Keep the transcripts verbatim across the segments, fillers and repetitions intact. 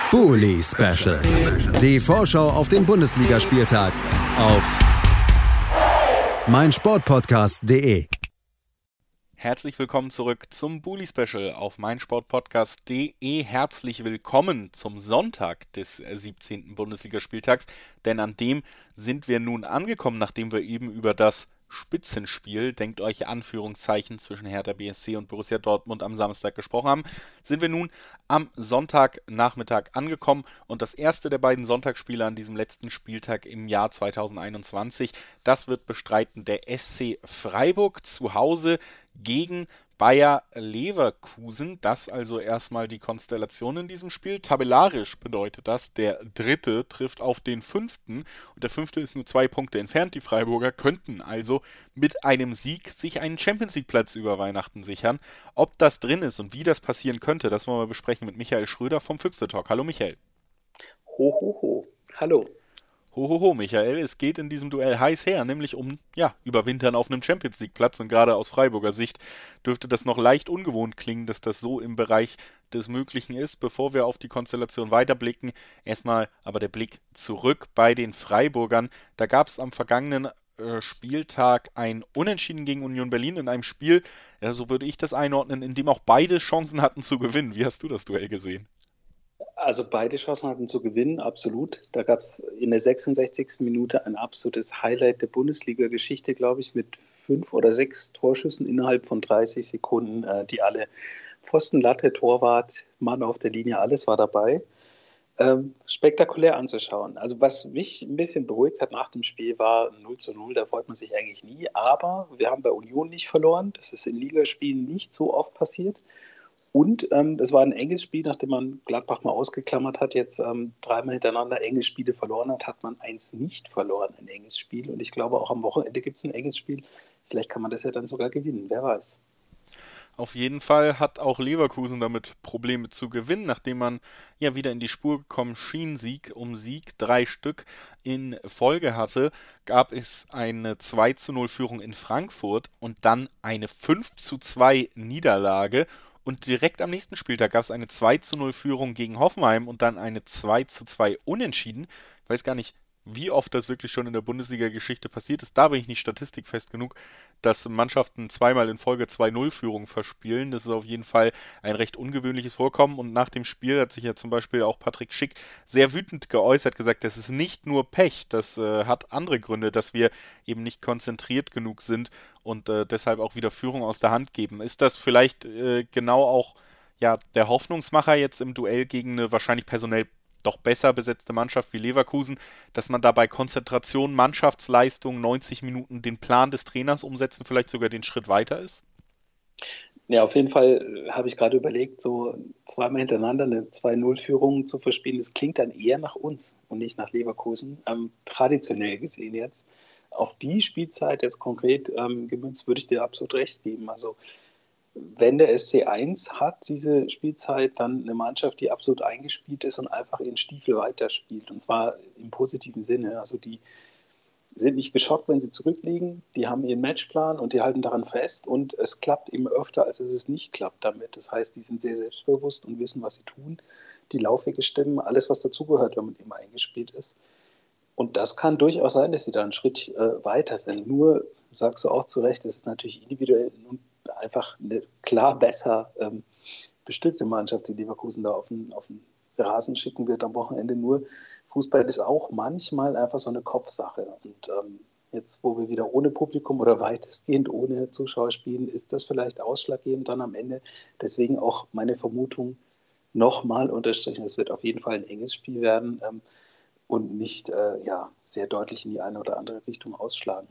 Bully Special. Die Vorschau auf den Bundesligaspieltag auf meinsportpodcast punkt de. Herzlich willkommen zurück zum Bully Special auf meinsportpodcast punkt de. Herzlich willkommen zum Sonntag des siebzehnten Bundesligaspieltags, denn an dem sind wir nun angekommen, nachdem wir eben über das Spitzenspiel, denkt euch Anführungszeichen, zwischen Hertha B S C und Borussia Dortmund am Samstag gesprochen haben, sind wir nun am Sonntagnachmittag angekommen und das erste der beiden Sonntagsspiele an diesem letzten Spieltag im Jahr zweitausendeinundzwanzig, das wird bestreiten der S C Freiburg zu Hause gegen Bayer Leverkusen. Das also erstmal die Konstellation in diesem Spiel. Tabellarisch bedeutet das, der Dritte trifft auf den Fünften und der Fünfte ist nur zwei Punkte entfernt. Die Freiburger könnten also mit einem Sieg sich einen Champions-League-Platz über Weihnachten sichern. Ob das drin ist und wie das passieren könnte, das wollen wir besprechen mit Michael Schröder vom Füchste Talk. Hallo Michael. Ho, ho, ho. Hallo. Hohoho, Michael, es geht in diesem Duell heiß her, nämlich um, ja, Überwintern auf einem Champions-League-Platz und gerade aus Freiburger Sicht dürfte das noch leicht ungewohnt klingen, dass das so im Bereich des Möglichen ist. Bevor wir auf die Konstellation weiterblicken, erstmal aber der Blick zurück bei den Freiburgern. Da gab es am vergangenen äh, Spieltag ein Unentschieden gegen Union Berlin in einem Spiel, ja, so würde ich das einordnen, in dem auch beide Chancen hatten zu gewinnen. Wie hast du das Duell gesehen? Also beide Chancen hatten zu gewinnen, absolut. Da gab es in der sechsundsechzigsten Minute ein absolutes Highlight der Bundesliga-Geschichte, glaube ich, mit fünf oder sechs Torschüssen innerhalb von dreißig Sekunden, äh, die alle Pfosten, Latte, Torwart, Mann auf der Linie, alles war dabei. Ähm, spektakulär anzuschauen. Also was mich ein bisschen beruhigt hat nach dem Spiel war null zu null, da freut man sich eigentlich nie. Aber wir haben bei Union nicht verloren, das ist in Ligaspielen nicht so oft passiert. Und ähm, es war ein enges Spiel, nachdem man Gladbach mal ausgeklammert hat, jetzt ähm, dreimal hintereinander enge Spiele verloren hat, hat man eins nicht verloren, ein enges Spiel. Und ich glaube, auch am Wochenende gibt es ein enges Spiel. Vielleicht kann man das ja dann sogar gewinnen, wer weiß. Auf jeden Fall hat auch Leverkusen damit Probleme zu gewinnen, nachdem man ja wieder in die Spur gekommen schien, Sieg um Sieg, drei Stück in Folge hatte, gab es eine zwei zu null Führung in Frankfurt und dann eine fünf zu zwei Niederlage. Und direkt am nächsten Spieltag gab es eine zwei zu null Führung gegen Hoffenheim und dann eine zwei zu zwei Unentschieden. Ich weiß gar nicht, wie oft das wirklich schon in der Bundesliga-Geschichte passiert ist. Da bin ich nicht statistikfest genug, dass Mannschaften zweimal in Folge zwei null Führung verspielen. Das ist auf jeden Fall ein recht ungewöhnliches Vorkommen. Und nach dem Spiel hat sich ja zum Beispiel auch Patrick Schick sehr wütend geäußert, gesagt, das ist nicht nur Pech, das äh, hat andere Gründe, dass wir eben nicht konzentriert genug sind und äh, deshalb auch wieder Führung aus der Hand geben. Ist das vielleicht äh, genau auch ja, der Hoffnungsmacher jetzt im Duell gegen eine wahrscheinlich personell doch besser besetzte Mannschaft wie Leverkusen, dass man dabei Konzentration, Mannschaftsleistung, neunzig Minuten den Plan des Trainers umsetzen, vielleicht sogar den Schritt weiter ist? Ja, auf jeden Fall habe ich gerade überlegt, so zweimal hintereinander eine zwei null Führung zu verspielen, das klingt dann eher nach uns und nicht nach Leverkusen, ähm, traditionell gesehen jetzt. Auf die Spielzeit jetzt konkret ähm, gemünzt würde ich dir absolut recht geben. Also wenn der S C eins hat, diese Spielzeit, dann eine Mannschaft, die absolut eingespielt ist und einfach ihren Stiefel weiterspielt. Und zwar im positiven Sinne. Also die sind nicht geschockt, wenn sie zurückliegen. Die haben ihren Matchplan und die halten daran fest. Und es klappt eben öfter, als es nicht klappt damit. Das heißt, die sind sehr selbstbewusst und wissen, was sie tun. Die Laufwege stimmen, alles, was dazugehört, wenn man eben eingespielt ist. Und das kann durchaus sein, dass sie da einen Schritt äh, weiter sind. Nur, sagst du auch zu Recht, es ist natürlich individuell und einfach eine klar besser ähm, bestückte Mannschaft, die Leverkusen da auf den, auf den Rasen schicken wird am Wochenende. Nur Fußball ist auch manchmal einfach so eine Kopfsache. Und ähm, jetzt, wo wir wieder ohne Publikum oder weitestgehend ohne Zuschauer spielen, ist das vielleicht ausschlaggebend dann am Ende. Deswegen auch meine Vermutung nochmal unterstrichen, es wird auf jeden Fall ein enges Spiel werden ähm, und nicht äh, ja, sehr deutlich in die eine oder andere Richtung ausschlagen.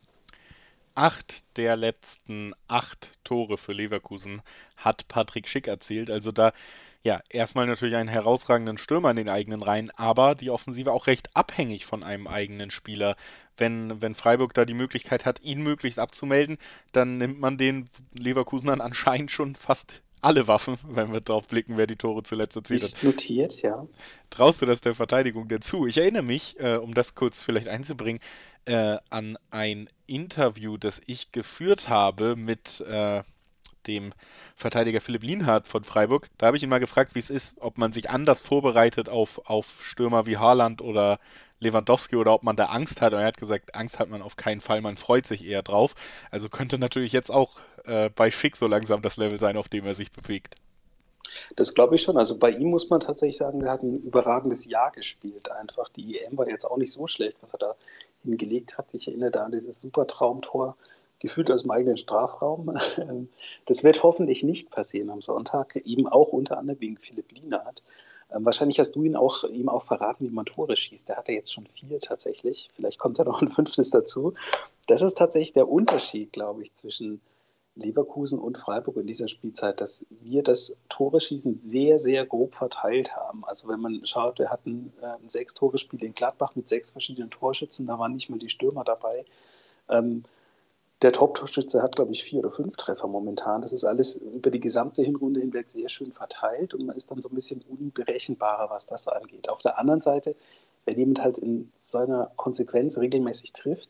Acht der letzten acht Tore für Leverkusen hat Patrick Schick erzielt. Also da, ja, erstmal natürlich einen herausragenden Stürmer in den eigenen Reihen, aber die Offensive auch recht abhängig von einem eigenen Spieler. Wenn, wenn Freiburg da die Möglichkeit hat, ihn möglichst abzumelden, dann nimmt man den Leverkusenern anscheinend schon fast alle Waffen, wenn wir drauf blicken, wer die Tore zuletzt erzielt hat. Ist notiert, ja. Traust du das der Verteidigung denn zu? Ich erinnere mich, äh, um das kurz vielleicht einzubringen, äh, an ein Interview, das ich geführt habe mit äh, dem Verteidiger Philipp Lienhardt von Freiburg. Da habe ich ihn mal gefragt, wie es ist, ob man sich anders vorbereitet auf, auf Stürmer wie Haaland oder Lewandowski oder ob man da Angst hat. Und er hat gesagt, Angst hat man auf keinen Fall, man freut sich eher drauf. Also könnte natürlich jetzt auch äh, bei Schick so langsam das Level sein, auf dem er sich bewegt. Das glaube ich schon. Also bei ihm muss man tatsächlich sagen, er hat ein überragendes Jahr gespielt. Einfach die E M war jetzt auch nicht so schlecht, was er da hingelegt hat. Ich erinnere da an dieses super Traumtor, gefühlt aus dem eigenen Strafraum. Das wird hoffentlich nicht passieren am Sonntag, eben auch unter anderem wegen Philipp Lienhardt. Wahrscheinlich hast du ihn auch, ihm auch verraten, wie man Tore schießt. Der hat ja jetzt schon vier tatsächlich. Vielleicht kommt da noch ein fünftes dazu. Das ist tatsächlich der Unterschied, glaube ich, zwischen Leverkusen und Freiburg in dieser Spielzeit, dass wir das Tore-Schießen sehr, sehr grob verteilt haben. Also wenn man schaut, wir hatten äh, ein Sechs-Tore-Spiel in Gladbach mit sechs verschiedenen Torschützen, da waren nicht mal die Stürmer dabei. Ähm, der Top-Torschütze hat, glaube ich, vier oder fünf Treffer momentan. Das ist alles über die gesamte Hinrunde hinweg sehr schön verteilt und man ist dann so ein bisschen unberechenbarer, was das angeht. Auf der anderen Seite, wenn jemand halt in so einer Konsequenz regelmäßig trifft,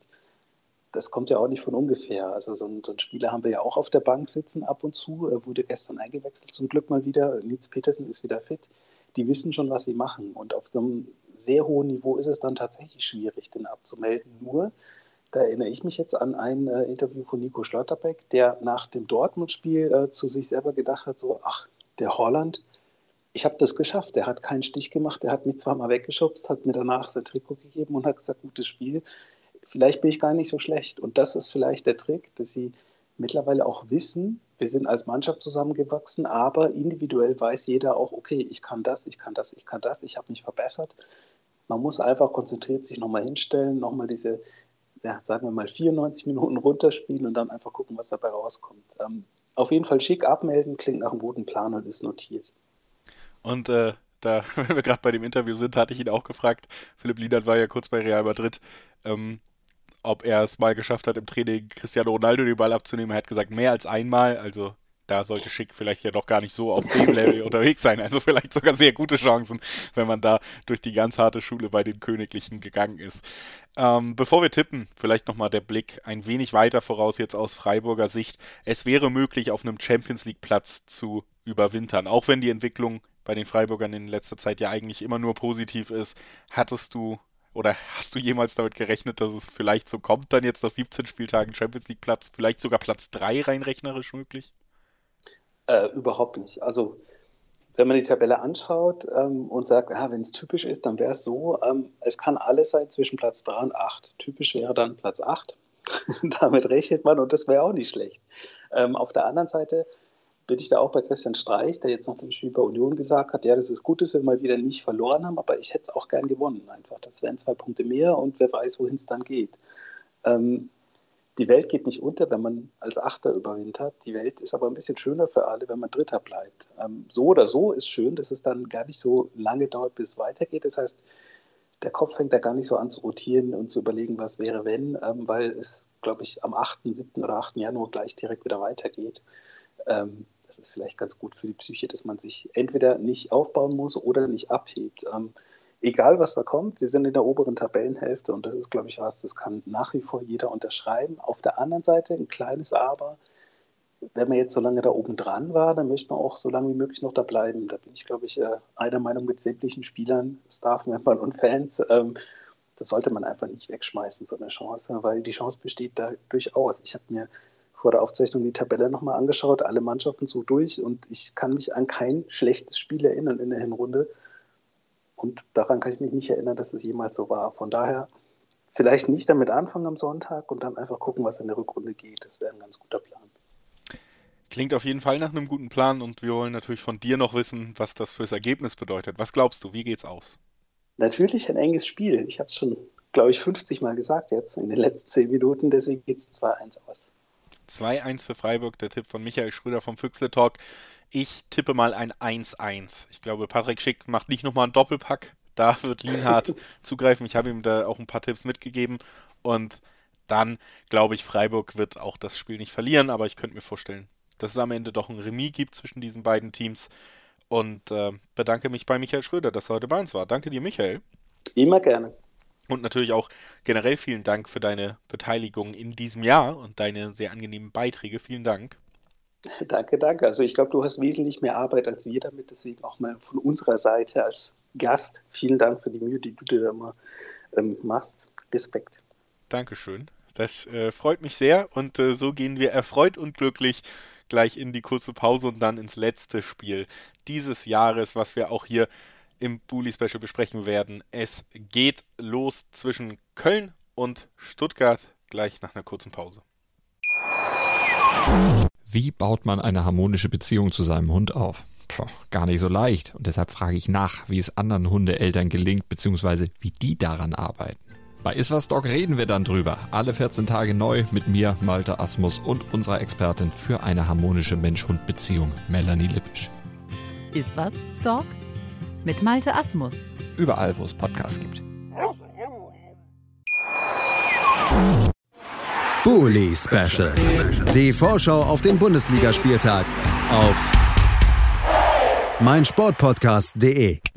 das kommt ja auch nicht von ungefähr. Also so einen, so einen Spieler haben wir ja auch auf der Bank sitzen ab und zu. Er wurde gestern eingewechselt, zum Glück mal wieder. Nils Petersen ist wieder fit. Die wissen schon, was sie machen. Und auf so einem sehr hohen Niveau ist es dann tatsächlich schwierig, den abzumelden. Nur, da erinnere ich mich jetzt an ein äh, Interview von Nico Schlotterbeck, der nach dem Dortmund-Spiel äh, zu sich selber gedacht hat, so, ach, der Holland, ich habe das geschafft. Der hat keinen Stich gemacht, der hat mich zwar mal weggeschubst, hat mir danach sein Trikot gegeben und hat gesagt, gutes Spiel. Vielleicht bin ich gar nicht so schlecht. Und das ist vielleicht der Trick, dass sie mittlerweile auch wissen, wir sind als Mannschaft zusammengewachsen, aber individuell weiß jeder auch, okay, ich kann das, ich kann das, ich kann das, ich habe mich verbessert. Man muss einfach konzentriert sich nochmal hinstellen, nochmal diese, ja, sagen wir mal, vierundneunzig Minuten runterspielen und dann einfach gucken, was dabei rauskommt. Ähm, auf jeden Fall schick abmelden, klingt nach einem guten Plan und ist notiert. Und äh, da, wenn wir gerade bei dem Interview sind, hatte ich ihn auch gefragt, Philipp Lienhardt war ja kurz bei Real Madrid, ähm, ob er es mal geschafft hat, im Training Cristiano Ronaldo den Ball abzunehmen. Er hat gesagt, mehr als einmal. Also da sollte Schick vielleicht ja doch gar nicht so auf dem Level unterwegs sein. Also vielleicht sogar sehr gute Chancen, wenn man da durch die ganz harte Schule bei den Königlichen gegangen ist. Ähm, bevor wir tippen, vielleicht nochmal der Blick ein wenig weiter voraus jetzt aus Freiburger Sicht. Es wäre möglich, auf einem Champions-League-Platz zu überwintern. Auch wenn die Entwicklung bei den Freiburgern in letzter Zeit ja eigentlich immer nur positiv ist. Hattest du Oder hast du jemals damit gerechnet, dass es vielleicht so kommt, dann jetzt nach siebzehn Spieltagen Champions League Platz, vielleicht sogar Platz drei rein rechnerisch möglich? Äh, überhaupt nicht. Also wenn man die Tabelle anschaut ähm, und sagt, ah, wenn es typisch ist, dann wäre es so, ähm, es kann alles sein zwischen Platz drei und acht. Typisch wäre dann Platz acht. Damit rechnet man und das wäre auch nicht schlecht. Ähm, auf der anderen Seite bin ich da auch bei Christian Streich, der jetzt nach dem Spiel bei Union gesagt hat, ja, das ist gut, dass wir mal wieder nicht verloren haben, aber ich hätte es auch gern gewonnen einfach. Das wären zwei Punkte mehr und wer weiß, wohin es dann geht. Ähm, die Welt geht nicht unter, wenn man als Achter überwintert. Die Welt ist aber ein bisschen schöner für alle, wenn man Dritter bleibt. Ähm, so oder so ist schön, dass es dann gar nicht so lange dauert, bis es weitergeht. Das heißt, der Kopf fängt da gar nicht so an zu rotieren und zu überlegen, was wäre, wenn, ähm, weil es, glaube ich, am achten, siebten oder achten Januar gleich direkt wieder weitergeht. Ähm, das ist vielleicht ganz gut für die Psyche, dass man sich entweder nicht aufbauen muss oder nicht abhebt. Ähm, egal, was da kommt, wir sind in der oberen Tabellenhälfte und das ist, glaube ich, was, das kann nach wie vor jeder unterschreiben. Auf der anderen Seite ein kleines Aber, wenn man jetzt so lange da oben dran war, dann möchte man auch so lange wie möglich noch da bleiben. Da bin ich, glaube ich, einer Meinung mit sämtlichen Spielern, Staff-Membern und Fans. Ähm, das sollte man einfach nicht wegschmeißen, so eine Chance, weil die Chance besteht da durchaus. Ich habe mir vor der Aufzeichnung die Tabelle nochmal angeschaut, alle Mannschaften so durch und ich kann mich an kein schlechtes Spiel erinnern in der Hinrunde und daran kann ich mich nicht erinnern, dass es jemals so war. Von daher vielleicht nicht damit anfangen am Sonntag und dann einfach gucken, was in der Rückrunde geht. Das wäre ein ganz guter Plan. Klingt auf jeden Fall nach einem guten Plan und wir wollen natürlich von dir noch wissen, was das fürs Ergebnis bedeutet. Was glaubst du, wie geht's aus? Natürlich ein enges Spiel. Ich habe es schon, glaube ich, fünfzig Mal gesagt jetzt in den letzten zehn Minuten, deswegen geht es zwei eins aus. zwei eins für Freiburg, der Tipp von Michael Schröder vom Füchsle Talk. Ich tippe mal ein eins eins. Ich glaube, Patrick Schick macht nicht nochmal einen Doppelpack. Da wird Lienhardt zugreifen. Ich habe ihm da auch ein paar Tipps mitgegeben. Und dann, glaube ich, Freiburg wird auch das Spiel nicht verlieren. Aber ich könnte mir vorstellen, dass es am Ende doch ein Remis gibt zwischen diesen beiden Teams. Und äh, bedanke mich bei Michael Schröder, dass er heute bei uns war. Danke dir, Michael. Immer gerne. Und natürlich auch generell vielen Dank für deine Beteiligung in diesem Jahr und deine sehr angenehmen Beiträge. Vielen Dank. Danke, danke. Also ich glaube, du hast wesentlich mehr Arbeit als wir damit, deswegen auch mal von unserer Seite als Gast vielen Dank für die Mühe, die du dir da immer ähm, machst. Respekt. Dankeschön. Das äh, freut mich sehr und äh, so gehen wir erfreut und glücklich gleich in die kurze Pause und dann ins letzte Spiel dieses Jahres, was wir auch hier im Bully Special besprechen werden. Es geht los zwischen Köln und Stuttgart gleich nach einer kurzen Pause. Wie baut man eine harmonische Beziehung zu seinem Hund auf? Puh, gar nicht so leicht. Und deshalb frage ich nach, wie es anderen Hundeeltern gelingt, beziehungsweise wie die daran arbeiten. Bei Iswas Dog reden wir dann drüber. Alle vierzehn Tage neu mit mir, Malte Asmus und unserer Expertin für eine harmonische Mensch-Hund-Beziehung, Melanie Lippisch. Iswas Dog mit Malte Asmus. Überall, wo es Podcasts gibt. Bully Special. Die Vorschau auf den Bundesligaspieltag auf meinsportpodcast punkt de.